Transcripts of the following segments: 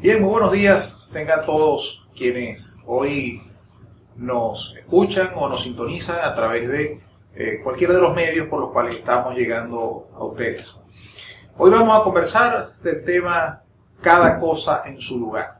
Bien, muy buenos días tengan todos quienes hoy nos escuchan o nos sintonizan a través de cualquiera de los medios por los cuales estamos llegando a ustedes. Hoy vamos a conversar del tema cada cosa en su lugar.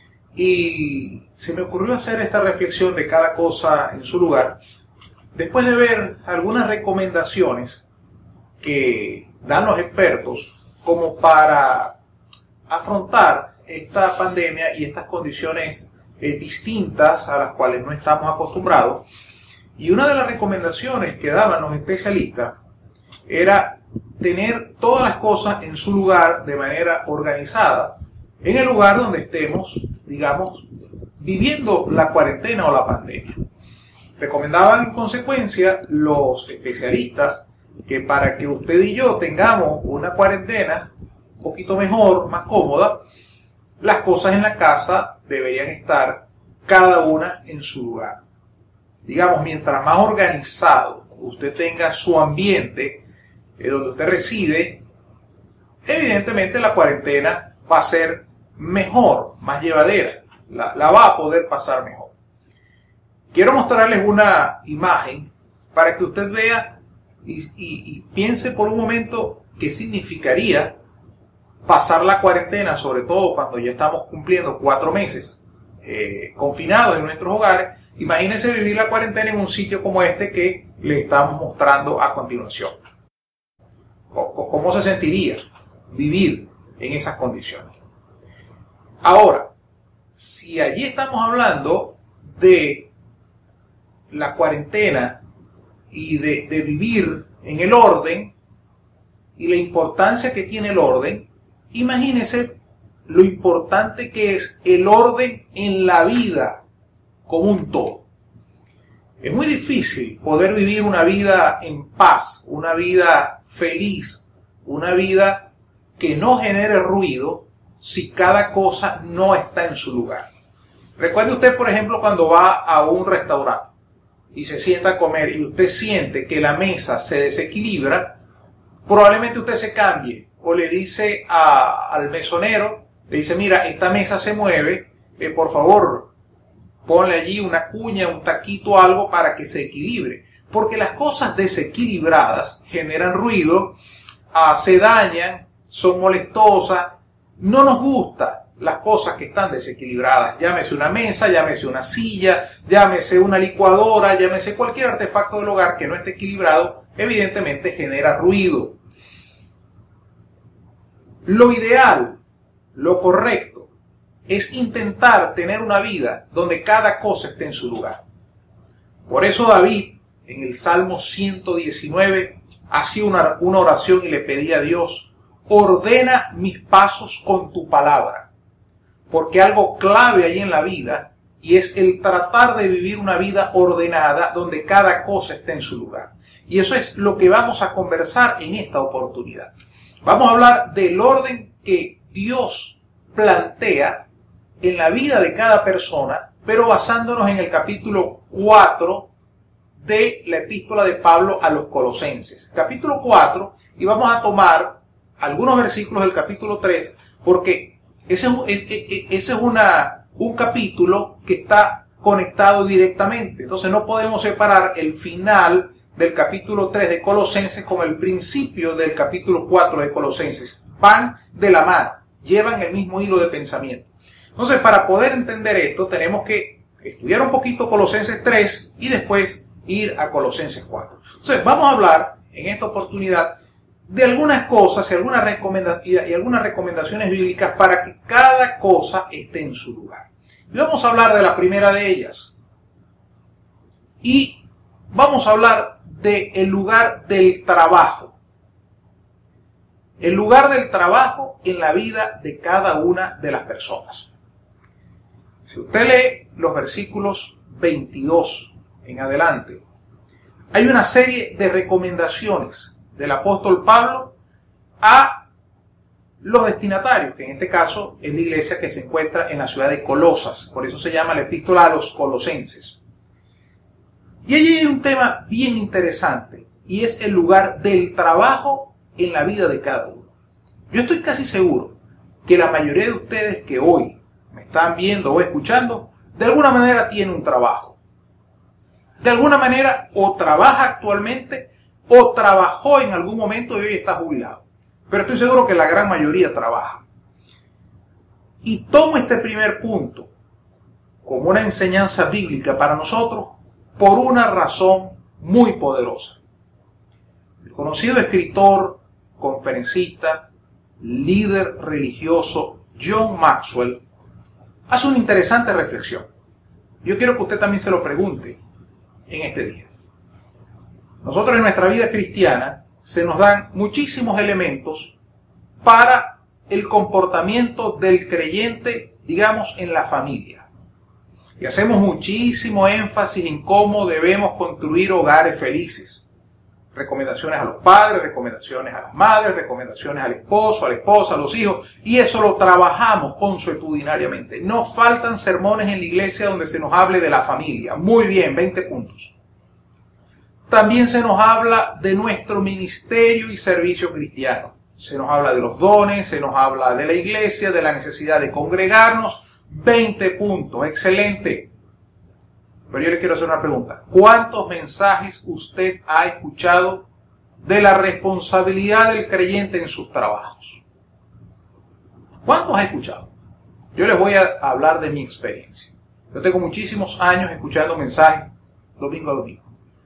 Y se me ocurrió hacer esta reflexión de cada cosa en su lugar después de ver algunas recomendaciones que dan los expertos como para afrontar esta pandemia y estas condiciones distintas a las cuales no estamos acostumbrados. Y una de las recomendaciones que daban los especialistas era tener todas las cosas en su lugar de manera organizada, en el lugar donde estemos, digamos, viviendo la cuarentena o la pandemia. Recomendaban en consecuencia los especialistas que para que usted y yo tengamos una cuarentena un poquito mejor, más cómoda, las cosas en la casa deberían estar cada una en su lugar. Digamos, mientras más organizado usted tenga su ambiente donde usted reside, evidentemente la cuarentena va a ser mejor, más llevadera, la va a poder pasar mejor. Quiero mostrarles una imagen para que usted vea y piense por un momento qué significaría pasar la cuarentena, sobre todo cuando ya estamos cumpliendo 4 meses confinados en nuestros hogares. Imagínense vivir la cuarentena en un sitio como este que le estamos mostrando a continuación. ¿Cómo se sentiría vivir en esas condiciones? Ahora, si allí estamos hablando de la cuarentena y de vivir en el orden y la importancia que tiene el orden, imagínense lo importante que es el orden en la vida como un todo. Es muy difícil poder vivir una vida en paz, una vida feliz, una vida que no genere ruido si cada cosa no está en su lugar. Recuerde usted, por ejemplo, cuando va a un restaurante y se sienta a comer y usted siente que la mesa se desequilibra, probablemente usted se cambie o le dice al mesonero, le dice, mira, esta mesa se mueve, por favor, ponle allí una cuña, un taquito, algo para que se equilibre. Porque las cosas desequilibradas generan ruido, se dañan, son molestosas, no nos gustan las cosas que están desequilibradas. Llámese una mesa, llámese una silla, llámese una licuadora, llámese cualquier artefacto del hogar que no esté equilibrado, evidentemente genera ruido. Lo ideal, lo correcto, es intentar tener una vida donde cada cosa esté en su lugar. Por eso David, en el Salmo 119, hacía una oración y le pedía a Dios, ordena mis pasos con tu palabra. Porque algo clave hay en la vida y es el tratar de vivir una vida ordenada donde cada cosa esté en su lugar. Y eso es lo que vamos a conversar en esta oportunidad. Vamos a hablar del orden que Dios plantea en la vida de cada persona, pero basándonos en el capítulo 4 de la epístola de Pablo a los Colosenses. Capítulo 4, y vamos a tomar algunos versículos del capítulo 3, porque ese es un capítulo que está conectado directamente. Entonces no podemos separar el final del capítulo 3 de Colosenses con el principio del capítulo 4 de Colosenses. Van de la mano, llevan el mismo hilo de pensamiento. Entonces, para poder entender esto, tenemos que estudiar un poquito Colosenses 3 y después ir a Colosenses 4. Entonces, vamos a hablar en esta oportunidad de algunas cosas y algunas recomendaciones bíblicas para que cada cosa esté en su lugar. Y vamos a hablar de la primera de ellas. Y vamos a hablar del lugar del trabajo. El lugar del trabajo en la vida de cada una de las personas. Si usted lee los versículos 22 en adelante, hay una serie de recomendaciones del apóstol Pablo a los destinatarios, que en este caso es la iglesia que se encuentra en la ciudad de Colosas. Por eso se llama la epístola a los Colosenses. Y allí hay un tema bien interesante, y es el lugar del trabajo en la vida de cada uno. Yo estoy casi seguro que la mayoría de ustedes que hoy me están viendo o escuchando, de alguna manera tiene un trabajo. De alguna manera o trabaja actualmente o trabajó en algún momento y hoy está jubilado. Pero estoy seguro que la gran mayoría trabaja. Y tomo este primer punto como una enseñanza bíblica para nosotros por una razón muy poderosa. El conocido escritor, conferencista, líder religioso John Maxwell hace una interesante reflexión. Yo quiero que usted también se lo pregunte en este día. Nosotros en nuestra vida cristiana se nos dan muchísimos elementos para el comportamiento del creyente, digamos, en la familia. Y hacemos muchísimo énfasis en cómo debemos construir hogares felices. Recomendaciones a los padres, recomendaciones a las madres, recomendaciones al esposo, a la esposa, a los hijos. Y eso lo trabajamos consuetudinariamente. No faltan sermones en la iglesia donde se nos hable de la familia. Muy bien, 20 puntos. También se nos habla de nuestro ministerio y servicio cristiano. Se nos habla de los dones, se nos habla de la iglesia, de la necesidad de congregarnos. 20 puntos, excelente. Pero yo le quiero hacer una pregunta. ¿Cuántos mensajes usted ha escuchado de la responsabilidad del creyente en sus trabajos? ¿Cuántos ha escuchado? Yo les voy a hablar de mi experiencia. Yo tengo muchísimos años escuchando mensajes domingo a domingo.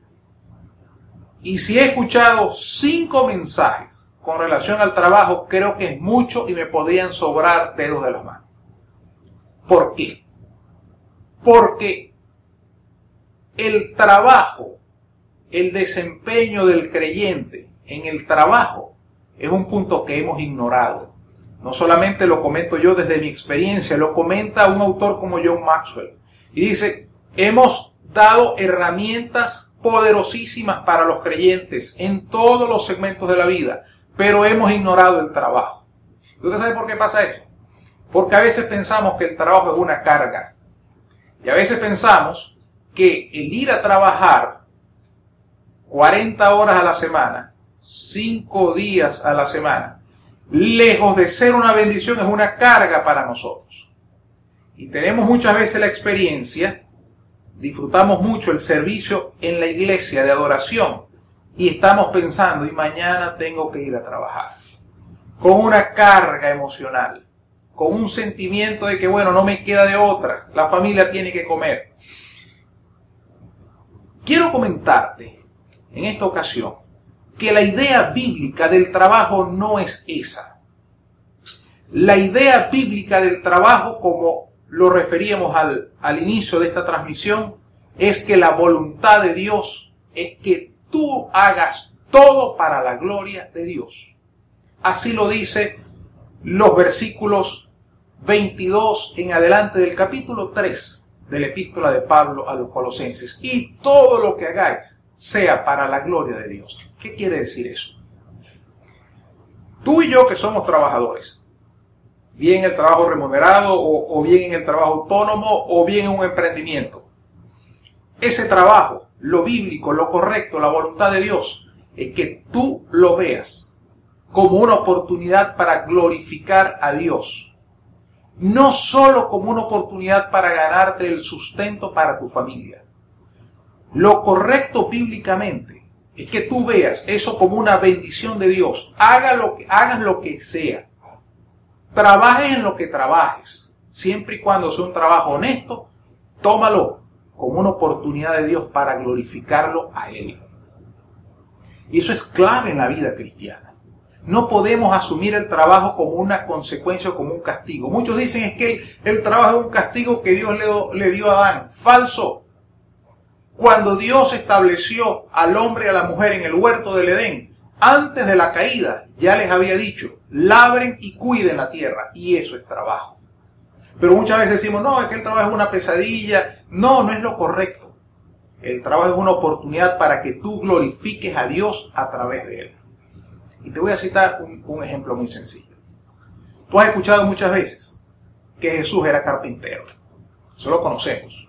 Y si he escuchado 5 mensajes con relación al trabajo, creo que es mucho y me podrían sobrar dedos de las manos. ¿Por qué? Porque el trabajo, el desempeño del creyente en el trabajo es un punto que hemos ignorado. No solamente lo comento yo desde mi experiencia, lo comenta un autor como John Maxwell. Y dice, hemos dado herramientas poderosísimas para los creyentes en todos los segmentos de la vida, pero hemos ignorado el trabajo. ¿Usted sabe por qué pasa eso? Porque a veces pensamos que el trabajo es una carga. Y a veces pensamos que el ir a trabajar 40 horas a la semana, 5 días a la semana, lejos de ser una bendición, es una carga para nosotros. Y tenemos muchas veces la experiencia, disfrutamos mucho el servicio en la iglesia de adoración y estamos pensando, y mañana tengo que ir a trabajar, con una carga emocional, con un sentimiento de que, bueno, no me queda de otra, la familia tiene que comer. Quiero comentarte en esta ocasión que la idea bíblica del trabajo no es esa. La idea bíblica del trabajo, como lo referíamos al inicio de esta transmisión, es que la voluntad de Dios es que tú hagas todo para la gloria de Dios. Así lo dice los versículos 22 en adelante del capítulo 3 de la epístola de Pablo a los Colosenses. Y todo lo que hagáis sea para la gloria de Dios. ¿Qué quiere decir eso? Tú y yo que somos trabajadores, bien en el trabajo remunerado o bien en el trabajo autónomo o bien en un emprendimiento. Ese trabajo, lo bíblico, lo correcto, la voluntad de Dios, es que tú lo veas como una oportunidad para glorificar a Dios. No solo como una oportunidad para ganarte el sustento para tu familia. Lo correcto bíblicamente es que tú veas eso como una bendición de Dios. Hagas lo que sea. Trabajes en lo que trabajes. Siempre y cuando sea un trabajo honesto, tómalo como una oportunidad de Dios para glorificarlo a Él. Y eso es clave en la vida cristiana. No podemos asumir el trabajo como una consecuencia o como un castigo. Muchos dicen es que el trabajo es un castigo que Dios le dio a Adán. Falso. Cuando Dios estableció al hombre y a la mujer en el huerto del Edén, antes de la caída, ya les había dicho, labren y cuiden la tierra. Y eso es trabajo. Pero muchas veces decimos, no, es que el trabajo es una pesadilla. No, no es lo correcto. El trabajo es una oportunidad para que tú glorifiques a Dios a través de él. Y te voy a citar un ejemplo muy sencillo. Tú has escuchado muchas veces que Jesús era carpintero. Eso lo conocemos.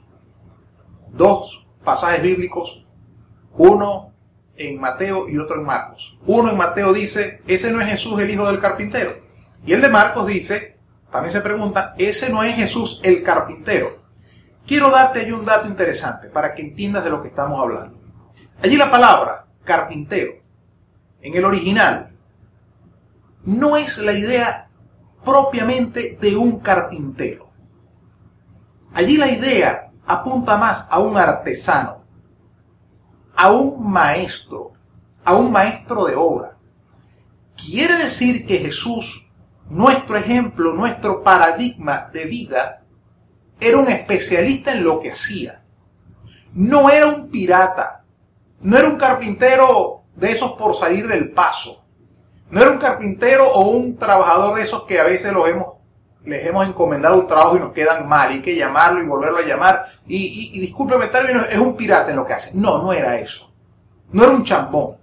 2 pasajes bíblicos, uno en Mateo y otro en Marcos. Uno en Mateo dice, ese no es Jesús el hijo del carpintero. Y el de Marcos dice, también se preguntan, ¿ese no es Jesús el carpintero? Quiero darte ahí un dato interesante para que entiendas de lo que estamos hablando. Allí la palabra carpintero, en el original, no es la idea propiamente de un carpintero. Allí la idea apunta más a un artesano, a un maestro de obra. Quiere decir que Jesús, nuestro ejemplo, nuestro paradigma de vida, era un especialista en lo que hacía. No era un pirata, no era un carpintero de esos por salir del paso, no era un carpintero o un trabajador de esos que a veces les hemos encomendado un trabajo y nos quedan mal, y hay que llamarlo y volverlo a llamar, y discúlpeme el término, es un pirata en lo que hace. No, no era eso. No era un chambón.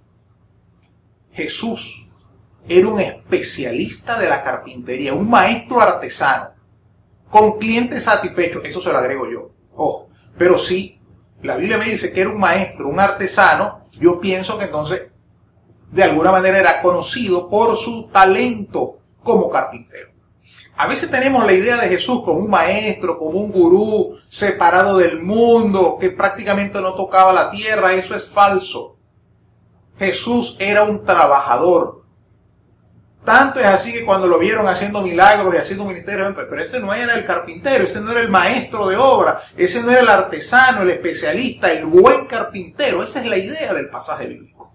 Jesús era un especialista de la carpintería, un maestro artesano, con clientes satisfechos. Eso se lo agrego yo. Ojo, pero si la Biblia me dice que era un maestro, un artesano, yo pienso que entonces de alguna manera era conocido por su talento como carpintero. A veces tenemos la idea de Jesús como un maestro, como un gurú, separado del mundo, que prácticamente no tocaba la tierra. Eso es falso. Jesús era un trabajador. Tanto es así que cuando lo vieron haciendo milagros y haciendo ministerio, pero ese no era el carpintero, ese no era el maestro de obra, ese no era el artesano, el especialista, el buen carpintero. Esa es la idea del pasaje bíblico.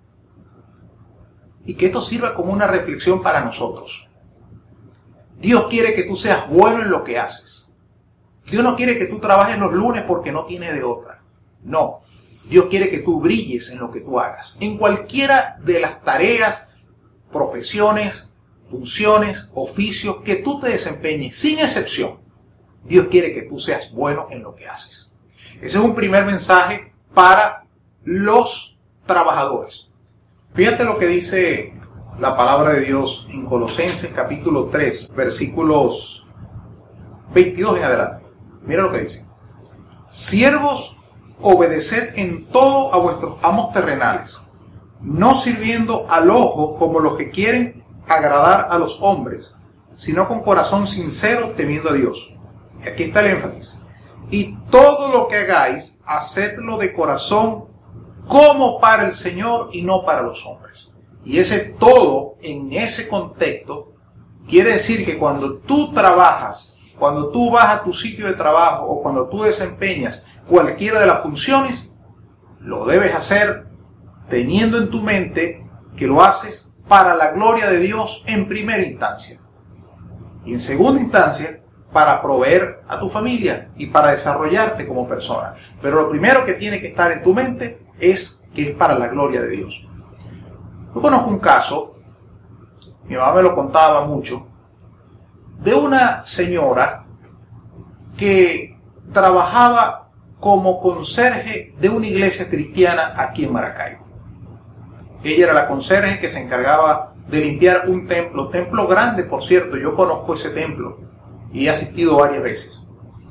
Y que esto sirva como una reflexión para nosotros. Dios quiere que tú seas bueno en lo que haces. Dios no quiere que tú trabajes los lunes porque no tienes de otra. No. Dios quiere que tú brilles en lo que tú hagas. En cualquiera de las tareas, profesiones, funciones, oficios que tú te desempeñes, sin excepción. Dios quiere que tú seas bueno en lo que haces. Ese es un primer mensaje para los trabajadores. Fíjate lo que dice la palabra de Dios en Colosenses capítulo 3, versículos 22 en adelante. Mira lo que dice. Siervos, obedeced en todo a vuestros amos terrenales, no sirviendo al ojo como los que quieren agradar a los hombres, sino con corazón sincero temiendo a Dios. Y aquí está el énfasis. Y todo lo que hagáis, hacedlo de corazón como para el Señor y no para los hombres. Y ese todo, en ese contexto, quiere decir que cuando tú trabajas, cuando tú vas a tu sitio de trabajo o cuando tú desempeñas cualquiera de las funciones, lo debes hacer teniendo en tu mente que lo haces para la gloria de Dios en primera instancia. Y en segunda instancia, para proveer a tu familia y para desarrollarte como persona. Pero lo primero que tiene que estar en tu mente es que es para la gloria de Dios. Yo conozco un caso, mi mamá me lo contaba mucho, de una señora que trabajaba como conserje de una iglesia cristiana aquí en Maracaibo. Ella era la conserje que se encargaba de limpiar un templo grande, por cierto. Yo conozco ese templo y he asistido varias veces.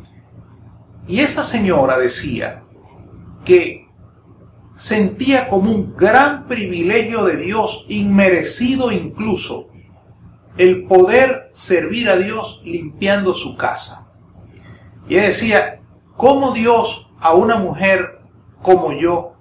Y esa señora decía que sentía como un gran privilegio de Dios, inmerecido incluso, el poder servir a Dios limpiando su casa. Y ella decía, ¿cómo Dios a una mujer como yo,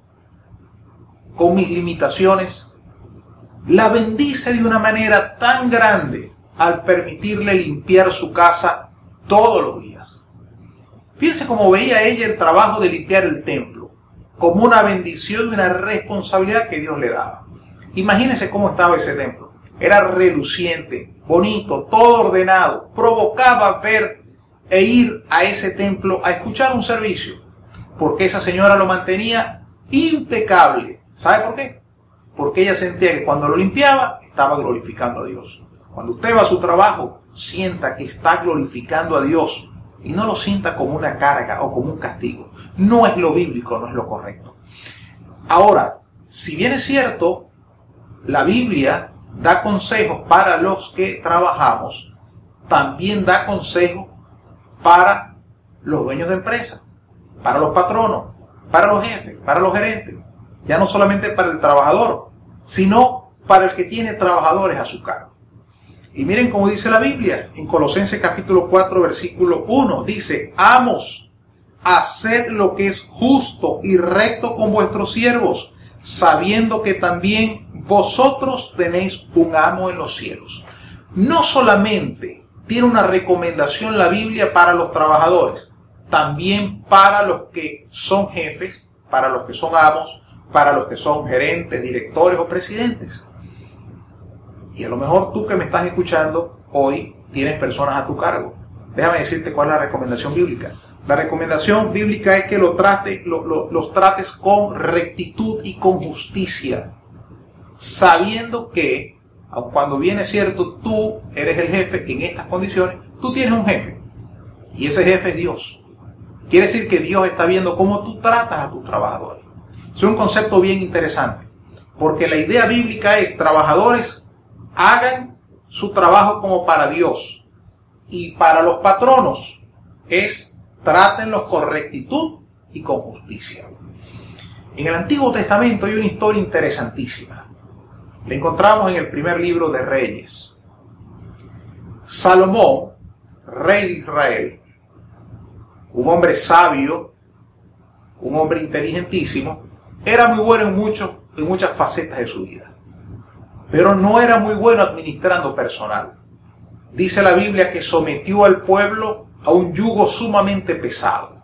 con mis limitaciones, la bendice de una manera tan grande al permitirle limpiar su casa todos los días? Fíjense cómo veía ella el trabajo de limpiar el templo como una bendición y una responsabilidad que Dios le daba. Imagínense cómo estaba ese templo. Era reluciente, bonito, todo ordenado. Provocaba ver e ir a ese templo a escuchar un servicio, porque esa señora lo mantenía impecable. ¿Sabe por qué? Porque ella sentía que cuando lo limpiaba estaba glorificando a Dios. Cuando usted va a su trabajo, sienta que está glorificando a Dios y no lo sienta como una carga o como un castigo. No es lo bíblico, no es lo correcto. Ahora, si bien es cierto, la Biblia da consejos para los que trabajamos, también da consejos para los dueños de empresa, para los patronos, para los jefes, para los gerentes. Ya no solamente para el trabajador, sino para el que tiene trabajadores a su cargo. Y miren cómo dice la Biblia en Colosenses capítulo 4 versículo 1. Dice: amos, haced lo que es justo y recto con vuestros siervos, sabiendo que también vosotros tenéis un amo en los cielos. No solamente tiene una recomendación la Biblia para los trabajadores, también para los que son jefes, para los que son amos, para los que son gerentes, directores o presidentes. Y a lo mejor tú que me estás escuchando hoy tienes personas a tu cargo. Déjame decirte cuál es la recomendación bíblica. La recomendación bíblica es que los trates con rectitud y con justicia, sabiendo que, aun cuando viene cierto, tú eres el jefe en estas condiciones, tú tienes un jefe, y ese jefe es Dios. Quiere decir que Dios está viendo cómo tú tratas a tus trabajadores. Es un concepto bien interesante, porque la idea bíblica es: trabajadores, hagan su trabajo como para Dios, y para los patronos es: trátenlos con rectitud y con justicia. En el Antiguo Testamento hay una historia interesantísima. La encontramos en el primer libro de Reyes. Salomón, rey de Israel, un hombre sabio, un hombre inteligentísimo, era muy bueno en muchas facetas de su vida, pero no era muy bueno administrando personal. Dice la Biblia que sometió al pueblo a un yugo sumamente pesado,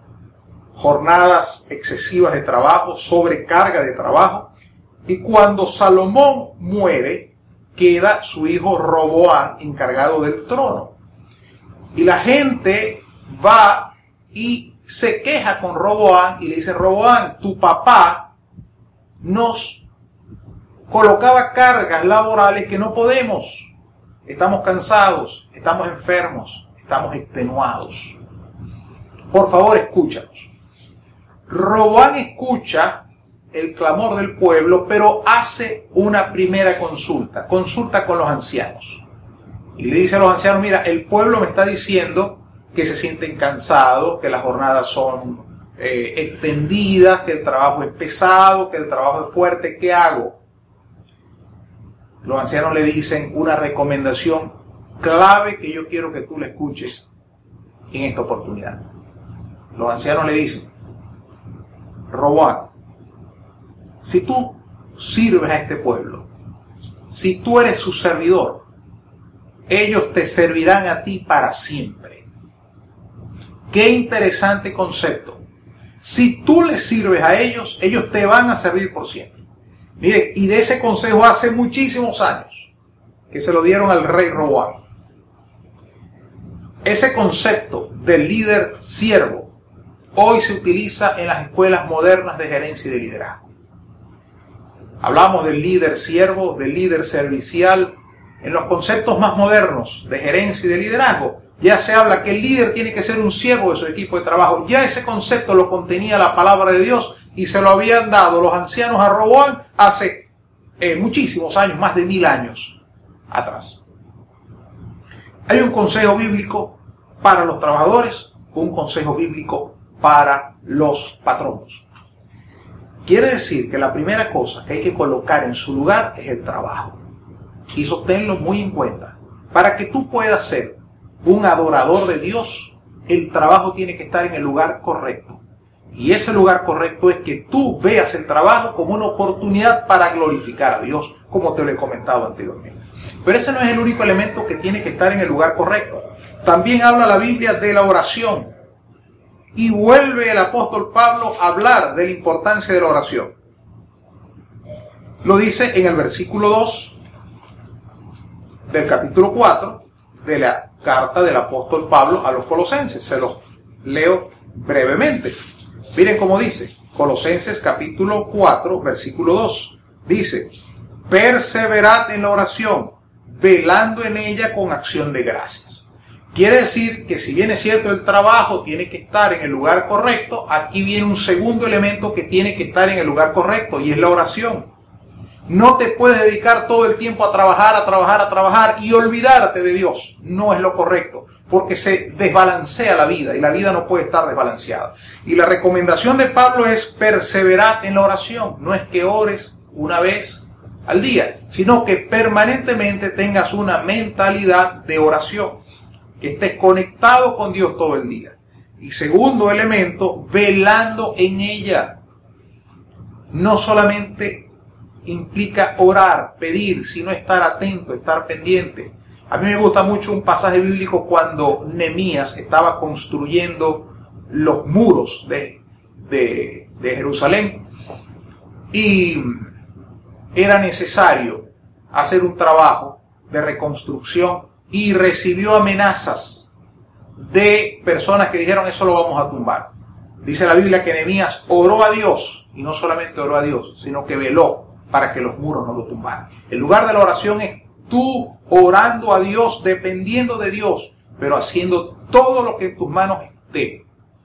jornadas excesivas de trabajo, sobrecarga de trabajo, y cuando Salomón muere, queda su hijo Roboam encargado del trono. Y la gente va y se queja con Roboam y le dice: Roboam, tu papá nos colocaba cargas laborales que no podemos. Estamos cansados, estamos enfermos, estamos extenuados. Por favor, escúchanos. Roboam escucha el clamor del pueblo, pero hace una primera consulta con los ancianos. Y le dice a los ancianos: mira, el pueblo me está diciendo que se sienten cansados, que las jornadas son extendidas, que el trabajo es pesado, que el trabajo es fuerte. ¿Qué hago? Los ancianos le dicen una recomendación clave que yo quiero que tú le escuches en esta oportunidad. Los ancianos le dicen: Roboam, si tú sirves a este pueblo, si tú eres su servidor, ellos te servirán a ti para siempre. Qué interesante concepto. Si tú les sirves a ellos, ellos te van a servir por siempre. Miren, y de ese consejo hace muchísimos años que se lo dieron al rey Roboam. Ese concepto del líder siervo hoy se utiliza en las escuelas modernas de gerencia y de liderazgo. Hablamos del líder siervo, del líder servicial. En los conceptos más modernos de gerencia y de liderazgo, ya se habla que el líder tiene que ser un siervo de su equipo de trabajo. Ya ese concepto lo contenía la palabra de Dios y se lo habían dado los ancianos a Roboam hace muchísimos años, más de 1000 años atrás. Hay un consejo bíblico para los trabajadores, un consejo bíblico para los patronos. Quiere decir que la primera cosa que hay que colocar en su lugar es el trabajo. Y eso tenlo muy en cuenta. Para que tú puedas ser un adorador de Dios, el trabajo tiene que estar en el lugar correcto. Y ese lugar correcto es que tú veas el trabajo como una oportunidad para glorificar a Dios, como te lo he comentado anteriormente. Pero ese no es el único elemento que tiene que estar en el lugar correcto. También habla la Biblia de la oración. Y vuelve el apóstol Pablo a hablar de la importancia de la oración. Lo dice en el versículo 2 del capítulo 4 de la carta del apóstol Pablo a los colosenses. Se los leo brevemente. Miren cómo dice. Colosenses capítulo 4 versículo 2. Dice: perseverad en la oración, velando en ella con acción de gracias. Quiere decir que si bien es cierto el trabajo tiene que estar en el lugar correcto, aquí viene un segundo elemento que tiene que estar en el lugar correcto, y es la oración. No te puedes dedicar todo el tiempo a trabajar y olvidarte de Dios. No es lo correcto, porque se desbalancea la vida y la vida no puede estar desbalanceada. Y la recomendación de Pablo es perseverar en la oración. No es que ores una vez al día, sino que permanentemente tengas una mentalidad de oración, que estés conectado con Dios todo el día. Y segundo elemento, velando en ella. No solamente implica orar, pedir, sino estar atento, estar pendiente. A mí me gusta mucho un pasaje bíblico cuando Nehemías estaba construyendo los muros de Jerusalén y era necesario hacer un trabajo de reconstrucción y recibió amenazas de personas que dijeron eso lo vamos a tumbar. Dice la Biblia que Nehemías oró a Dios, y no solamente oró a Dios, sino que veló para que los muros no lo tumbaran. El lugar de la oración es tú orando a Dios, dependiendo de Dios, pero haciendo todo lo que en tus manos esté.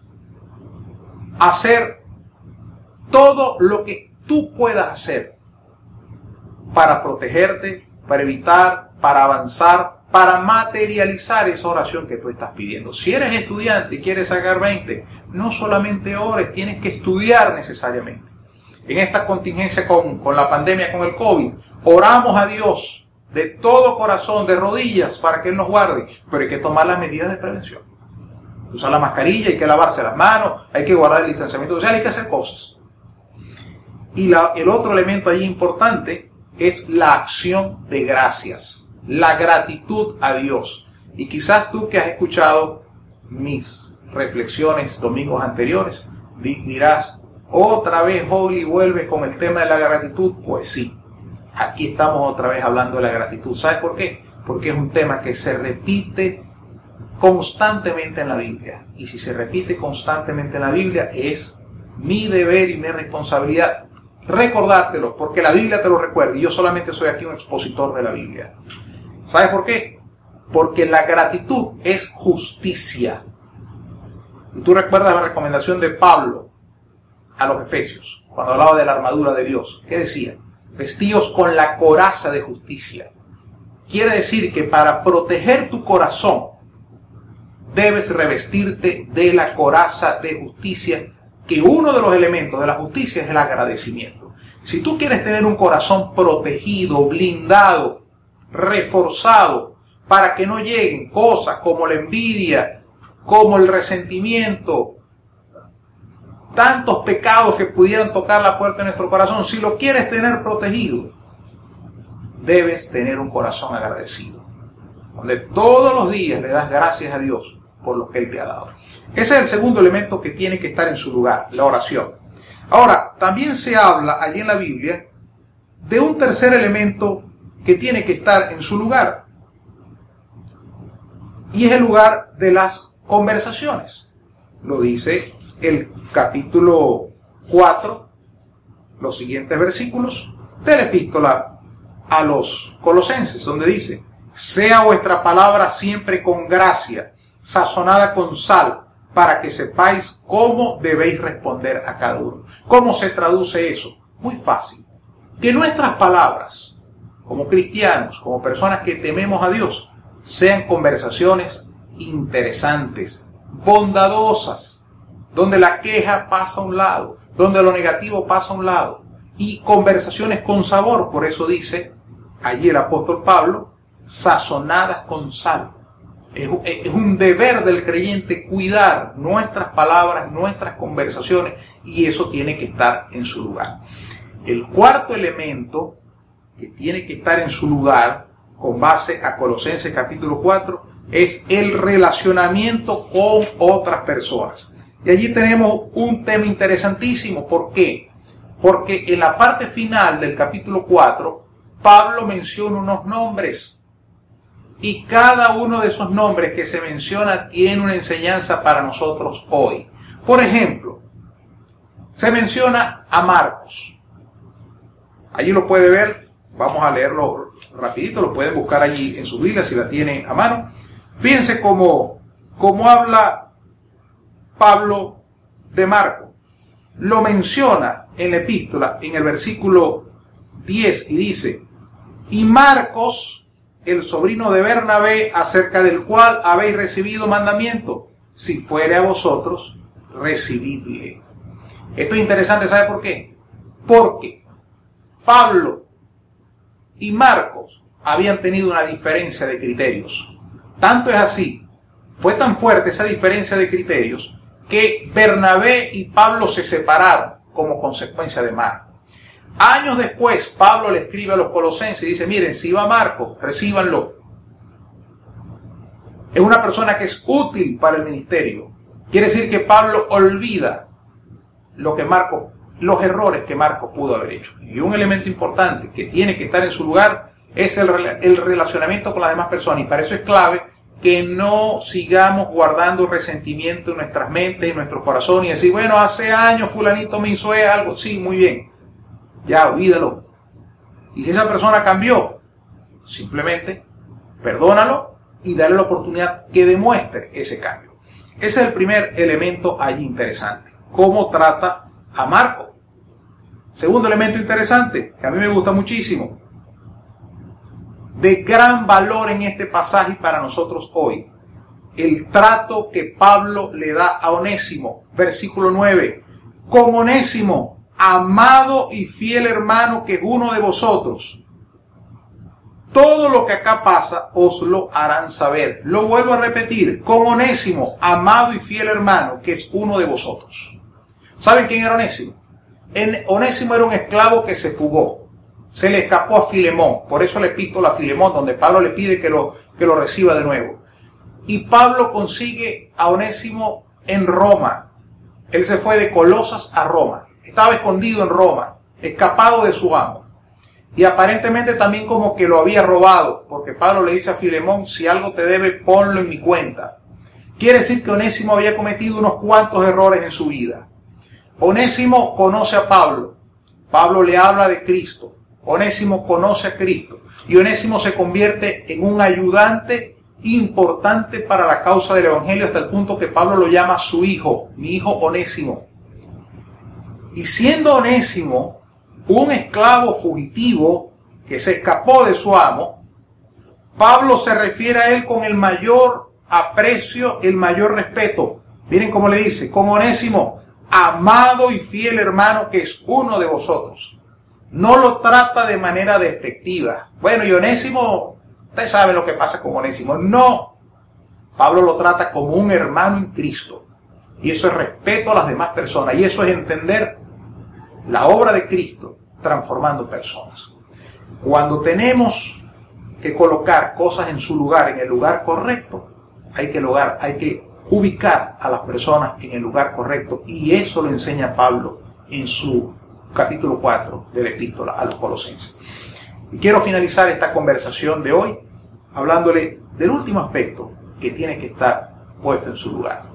Hacer todo lo que tú puedas hacer para protegerte, para evitar, para avanzar, para materializar esa oración que tú estás pidiendo. Si eres estudiante y quieres sacar 20, no solamente ores, tienes que estudiar necesariamente. En esta contingencia con la pandemia, con el COVID, oramos a Dios de todo corazón, de rodillas, para que Él nos guarde, pero hay que tomar las medidas de prevención. Usar la mascarilla, hay que lavarse las manos, hay que guardar el distanciamiento social, hay que hacer cosas. Y el otro elemento allí importante es la acción de gracias, la gratitud a Dios. Y quizás tú que has escuchado mis reflexiones domingos anteriores, dirás, otra vez Holly vuelve con el tema de la gratitud. Pues sí, aquí estamos otra vez hablando de la gratitud. ¿Sabes por qué? Porque es un tema que se repite constantemente en la Biblia. Y si se repite constantemente en la Biblia, es mi deber y mi responsabilidad recordártelo, porque la Biblia te lo recuerda y yo solamente soy aquí un expositor de la Biblia. ¿Sabes por qué? Porque la gratitud es justicia. Y tú recuerdas la recomendación de Pablo a los Efesios, cuando hablaba de la armadura de Dios. ¿Qué decía? Vestíos con la coraza de justicia. Quiere decir que para proteger tu corazón debes revestirte de la coraza de justicia, que uno de los elementos de la justicia es el agradecimiento. Si tú quieres tener un corazón protegido, blindado, reforzado, para que no lleguen cosas como la envidia, como el resentimiento, tantos pecados que pudieran tocar la puerta de nuestro corazón, si lo quieres tener protegido, debes tener un corazón agradecido, donde todos los días le das gracias a Dios por lo que Él te ha dado. Ese es el segundo elemento que tiene que estar en su lugar, la oración. Ahora, también se habla allí en la Biblia de un tercer elemento que tiene que estar en su lugar, y es el lugar de las conversaciones. Lo dice el capítulo 4, los siguientes versículos de la epístola a los Colosenses, donde dice: sea vuestra palabra siempre con gracia, sazonada con sal, para que sepáis cómo debéis responder a cada uno. ¿Cómo se traduce eso? Muy fácil. Que nuestras palabras, como cristianos, como personas que tememos a Dios, sean conversaciones interesantes, bondadosas, donde la queja pasa a un lado, donde lo negativo pasa a un lado, y conversaciones con sabor. Por eso dice allí el apóstol Pablo, sazonadas con sal. Es un deber del creyente cuidar nuestras palabras, nuestras conversaciones, y eso tiene que estar en su lugar. El cuarto elemento que tiene que estar en su lugar, con base a Colosenses capítulo 4, es el relacionamiento con otras personas. Y allí tenemos un tema interesantísimo. ¿Por qué? Porque en la parte final del capítulo 4, Pablo menciona unos nombres. Y cada uno de esos nombres que se menciona tiene una enseñanza para nosotros hoy. Por ejemplo, se menciona a Marcos. Allí lo puede ver, vamos a leerlo rapidito, lo pueden buscar allí en su Biblia si la tienen a mano. Fíjense cómo habla Pablo de Marcos. Lo menciona en la epístola, en el versículo 10, y dice: y Marcos, el sobrino de Bernabé, acerca del cual habéis recibido mandamiento, si fuere a vosotros, recibidle. Esto es interesante, ¿sabe por qué? Porque Pablo y Marcos habían tenido una diferencia de criterios. Tanto es así, fue tan fuerte esa diferencia de criterios, que Bernabé y Pablo se separaron como consecuencia de Marcos. Años después, Pablo le escribe a los colosenses y dice, miren, si va Marcos, recíbanlo. Es una persona que es útil para el ministerio. Quiere decir que Pablo olvida los errores que Marcos pudo haber hecho. Y un elemento importante que tiene que estar en su lugar es el relacionamiento con las demás personas. Y para eso es clave que no sigamos guardando resentimiento en nuestras mentes, en nuestros corazones y decir, bueno, hace años fulanito me hizo algo. Sí, muy bien. Ya, olvídalo. Y si esa persona cambió, simplemente perdónalo y dale la oportunidad que demuestre ese cambio. Ese es el primer elemento allí interesante. ¿Cómo trata a Marcos? Segundo elemento interesante, que a mí me gusta muchísimo, de gran valor en este pasaje para nosotros hoy, el trato que Pablo le da a Onésimo. Versículo 9. Con Onésimo, amado y fiel hermano que es uno de vosotros. Todo lo que acá pasa os lo harán saber. Lo vuelvo a repetir. Con Onésimo, amado y fiel hermano que es uno de vosotros. ¿Saben quién era Onésimo? Onésimo era un esclavo que se fugó. Se le escapó a Filemón. Por eso la epístola a Filemón, donde Pablo le pide que lo reciba de nuevo. Y Pablo consigue a Onésimo en Roma. Él se fue de Colosas a Roma. Estaba escondido en Roma, escapado de su amo. Y aparentemente también como que lo había robado, porque Pablo le dice a Filemón, si algo te debe, ponlo en mi cuenta. Quiere decir que Onésimo había cometido unos cuantos errores en su vida. Onésimo conoce a Pablo. Pablo le habla de Cristo. Onésimo conoce a Cristo. Y Onésimo se convierte en un ayudante importante para la causa del Evangelio, hasta el punto que Pablo lo llama su hijo, mi hijo Onésimo. Y siendo Onésimo un esclavo fugitivo que se escapó de su amo, Pablo se refiere a él con el mayor aprecio, el mayor respeto. Miren cómo le dice, con Onésimo, amado y fiel hermano que es uno de vosotros. No lo trata de manera despectiva. Bueno, y Onésimo, ustedes saben lo que pasa con Onésimo. No, Pablo lo trata como un hermano en Cristo. Y eso es respeto a las demás personas. Y eso es entender la obra de Cristo transformando personas. Cuando tenemos que colocar cosas en su lugar, en el lugar correcto, hay que ubicar a las personas en el lugar correcto. Y eso lo enseña Pablo en su capítulo 4 de la epístola a los Colosenses. Y quiero finalizar esta conversación de hoy hablándole del último aspecto que tiene que estar puesto en su lugar.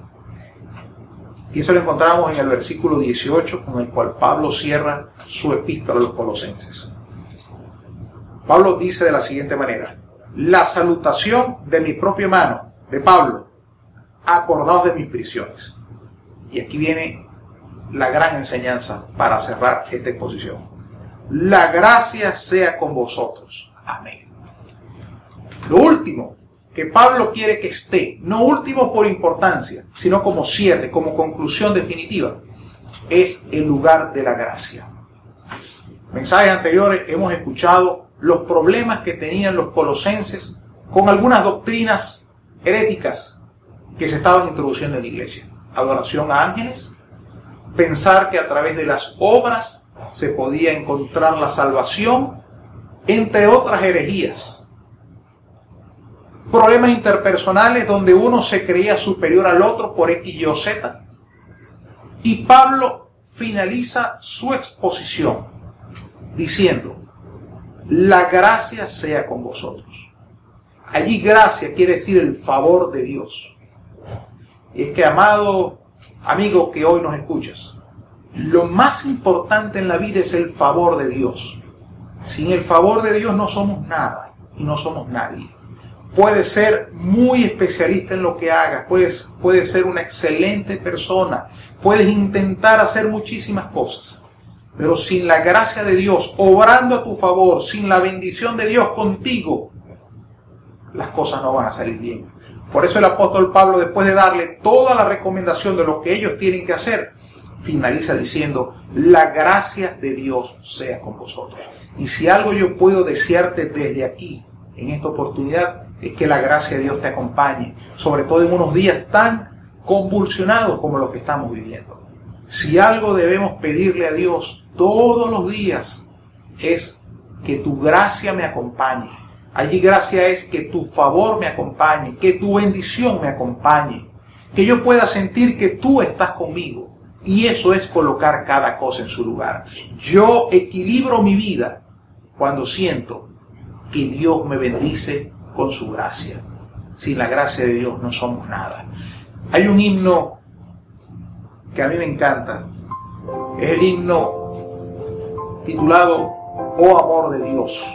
Y eso lo encontramos en el versículo 18, con el cual Pablo cierra su epístola a los Colosenses. Pablo dice de la siguiente manera: la salutación de mi propia mano, de Pablo, acordaos de mis prisiones. Y aquí viene la gran enseñanza para cerrar esta exposición. La gracia sea con vosotros. Amén. Lo último que Pablo quiere que esté, no último por importancia, sino como cierre, como conclusión definitiva, es el lugar de la gracia. Mensajes anteriores hemos escuchado los problemas que tenían los colosenses con algunas doctrinas heréticas que se estaban introduciendo en la iglesia. Adoración a ángeles, pensar que a través de las obras se podía encontrar la salvación, entre otras herejías. Problemas interpersonales donde uno se creía superior al otro por X, Y o Z. Y Pablo finaliza su exposición diciendo: la gracia sea con vosotros. Allí gracia quiere decir el favor de Dios. Y es que, amado amigo que hoy nos escuchas, lo más importante en la vida es el favor de Dios. Sin el favor de Dios no somos nada y no somos nadie. Puedes ser muy especialista en lo que hagas, puedes ser una excelente persona, puedes intentar hacer muchísimas cosas, pero sin la gracia de Dios obrando a tu favor, sin la bendición de Dios contigo, las cosas no van a salir bien. Por eso el apóstol Pablo, después de darle toda la recomendación de lo que ellos tienen que hacer, finaliza diciendo: la gracia de Dios sea con vosotros. Y si algo yo puedo desearte desde aquí, en esta oportunidad, es que la gracia de Dios te acompañe, sobre todo en unos días tan convulsionados como los que estamos viviendo. Si algo debemos pedirle a Dios todos los días es que tu gracia me acompañe. Allí gracia es que tu favor me acompañe, que tu bendición me acompañe, que yo pueda sentir que tú estás conmigo. Y eso es colocar cada cosa en su lugar. Yo equilibro mi vida cuando siento que Dios me bendice con su gracia. Sin la gracia de Dios no somos nada. Hay un himno que a mí me encanta. Es el himno titulado Oh amor de Dios.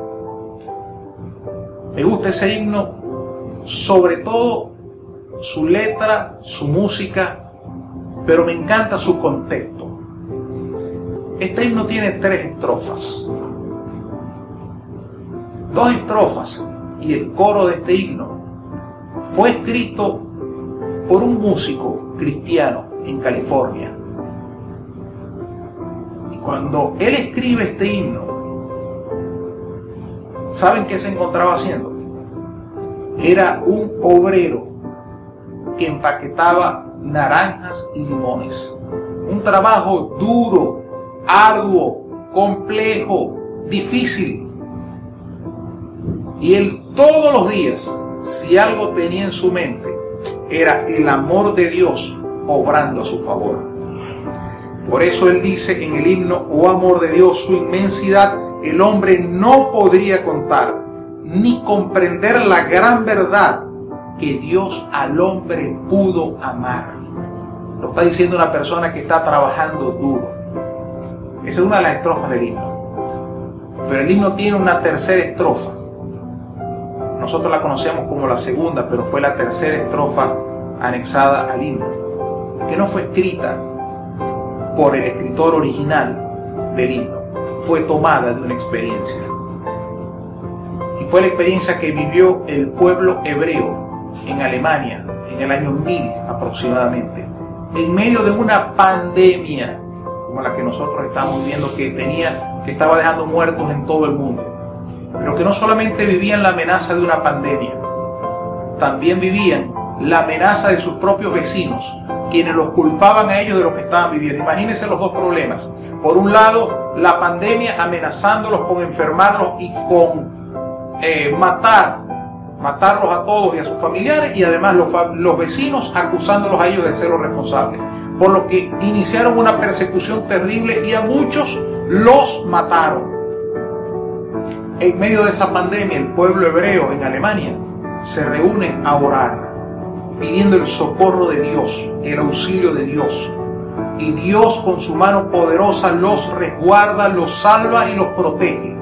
Me gusta ese himno, sobre todo su letra, su música, pero me encanta su contexto. Este himno tiene 3 estrofas. 2 estrofas y el coro de este himno fue escrito por un músico cristiano en California. Y cuando él escribe este himno, ¿saben qué se encontraba haciendo? Era un obrero que empaquetaba naranjas y limones. Un trabajo duro, arduo, complejo, difícil. Y él todos los días, si algo tenía en su mente, era el amor de Dios obrando a su favor. Por eso él dice en el himno, oh amor de Dios, su inmensidad el hombre no podría contar, ni comprender la gran verdad que Dios al hombre pudo amar. Lo está diciendo una persona que está trabajando duro. Esa es una de las estrofas del himno. Pero el himno tiene una tercera estrofa. Nosotros la conocemos como la segunda, pero fue la tercera estrofa anexada al himno, que no fue escrita por el escritor original del himno, fue tomada de una experiencia. Y fue la experiencia que vivió el pueblo hebreo en Alemania en el año 1000 aproximadamente, en medio de una pandemia como la que nosotros estamos viviendo, que estaba dejando muertos en todo el mundo. Pero que no solamente vivían la amenaza de una pandemia, también vivían la amenaza de sus propios vecinos, quienes los culpaban a ellos de lo que estaban viviendo. Imagínense los 2 problemas. Por un lado, la pandemia amenazándolos con enfermarlos y con matarlos a todos y a sus familiares, y además los vecinos acusándolos a ellos de ser los responsables. Por lo que iniciaron una persecución terrible y a muchos los mataron. En medio de esa pandemia, el pueblo hebreo en Alemania se reúne a orar, pidiendo el socorro de Dios, el auxilio de Dios. Y Dios con su mano poderosa los resguarda, los salva y los protege.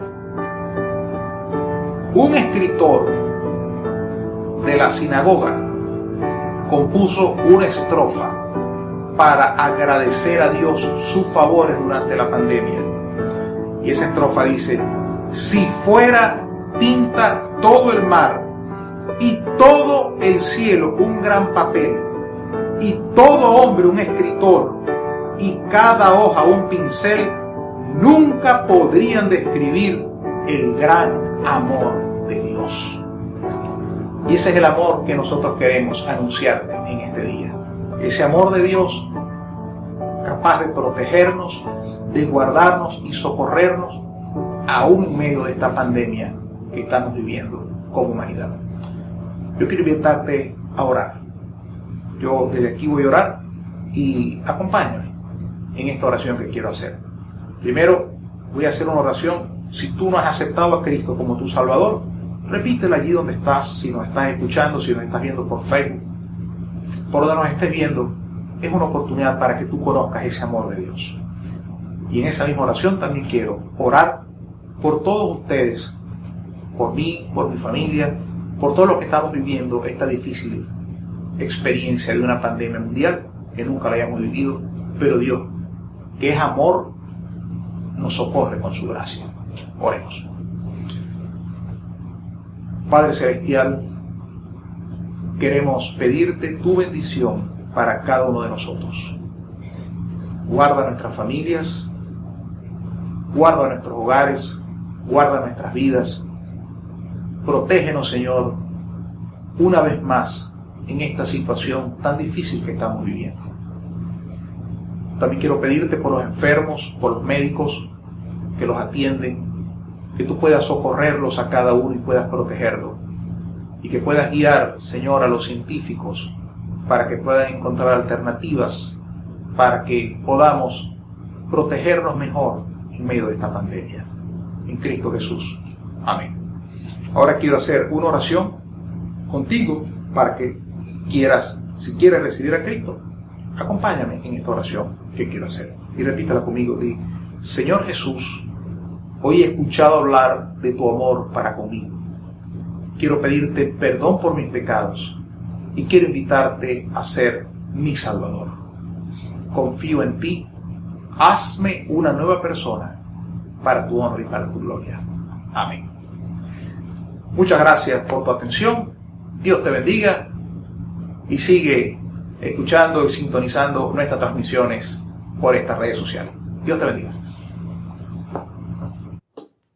Un escritor de la sinagoga compuso una estrofa para agradecer a Dios sus favores durante la pandemia. Y esa estrofa dice: si fuera tinta todo el mar y todo el cielo un gran papel y todo hombre un escritor y cada hoja un pincel, nunca podrían describir el gran amor de Dios. Y ese es el amor que nosotros queremos anunciarte en este día. Ese amor de Dios capaz de protegernos, de guardarnos y socorrernos aún en medio de esta pandemia que estamos viviendo como humanidad. Yo quiero invitarte a orar. Yo desde aquí voy a orar y acompáñame en esta oración que quiero hacer. Primero voy a hacer una oración. Si tú no has aceptado a Cristo como tu Salvador, repítela allí donde estás, si nos estás escuchando, si nos estás viendo por Facebook, por donde nos estés viendo. Es una oportunidad para que tú conozcas ese amor de Dios. Y en esa misma oración también quiero orar por todos ustedes, por mí, por mi familia, por todos los que estamos viviendo esta difícil experiencia de una pandemia mundial que nunca la hayamos vivido, pero Dios, que es amor, nos socorre con su gracia. Oremos. Padre Celestial, queremos pedirte tu bendición para cada uno de nosotros. Guarda nuestras familias, Guarda nuestros hogares, guarda nuestras vidas. Protégenos, Señor, una vez más en esta situación tan difícil que estamos viviendo. También quiero pedirte por los enfermos, por los médicos que los atienden, que tú puedas socorrerlos a cada uno y puedas protegerlos. Y que puedas guiar, Señor, a los científicos para que puedan encontrar alternativas para que podamos protegernos mejor en medio de esta pandemia. En Cristo Jesús. Amén. Ahora quiero hacer una oración contigo para que si quieres recibir a Cristo, acompáñame en esta oración que quiero hacer. Y repítela conmigo. Di: Señor Jesús, hoy he escuchado hablar de tu amor para conmigo. Quiero pedirte perdón por mis pecados y quiero invitarte a ser mi Salvador. Confío en ti. Hazme una nueva persona para tu honor y para tu gloria. Amén. Muchas gracias por tu atención. Dios te bendiga y sigue escuchando y sintonizando nuestras transmisiones por estas redes sociales. Dios te bendiga.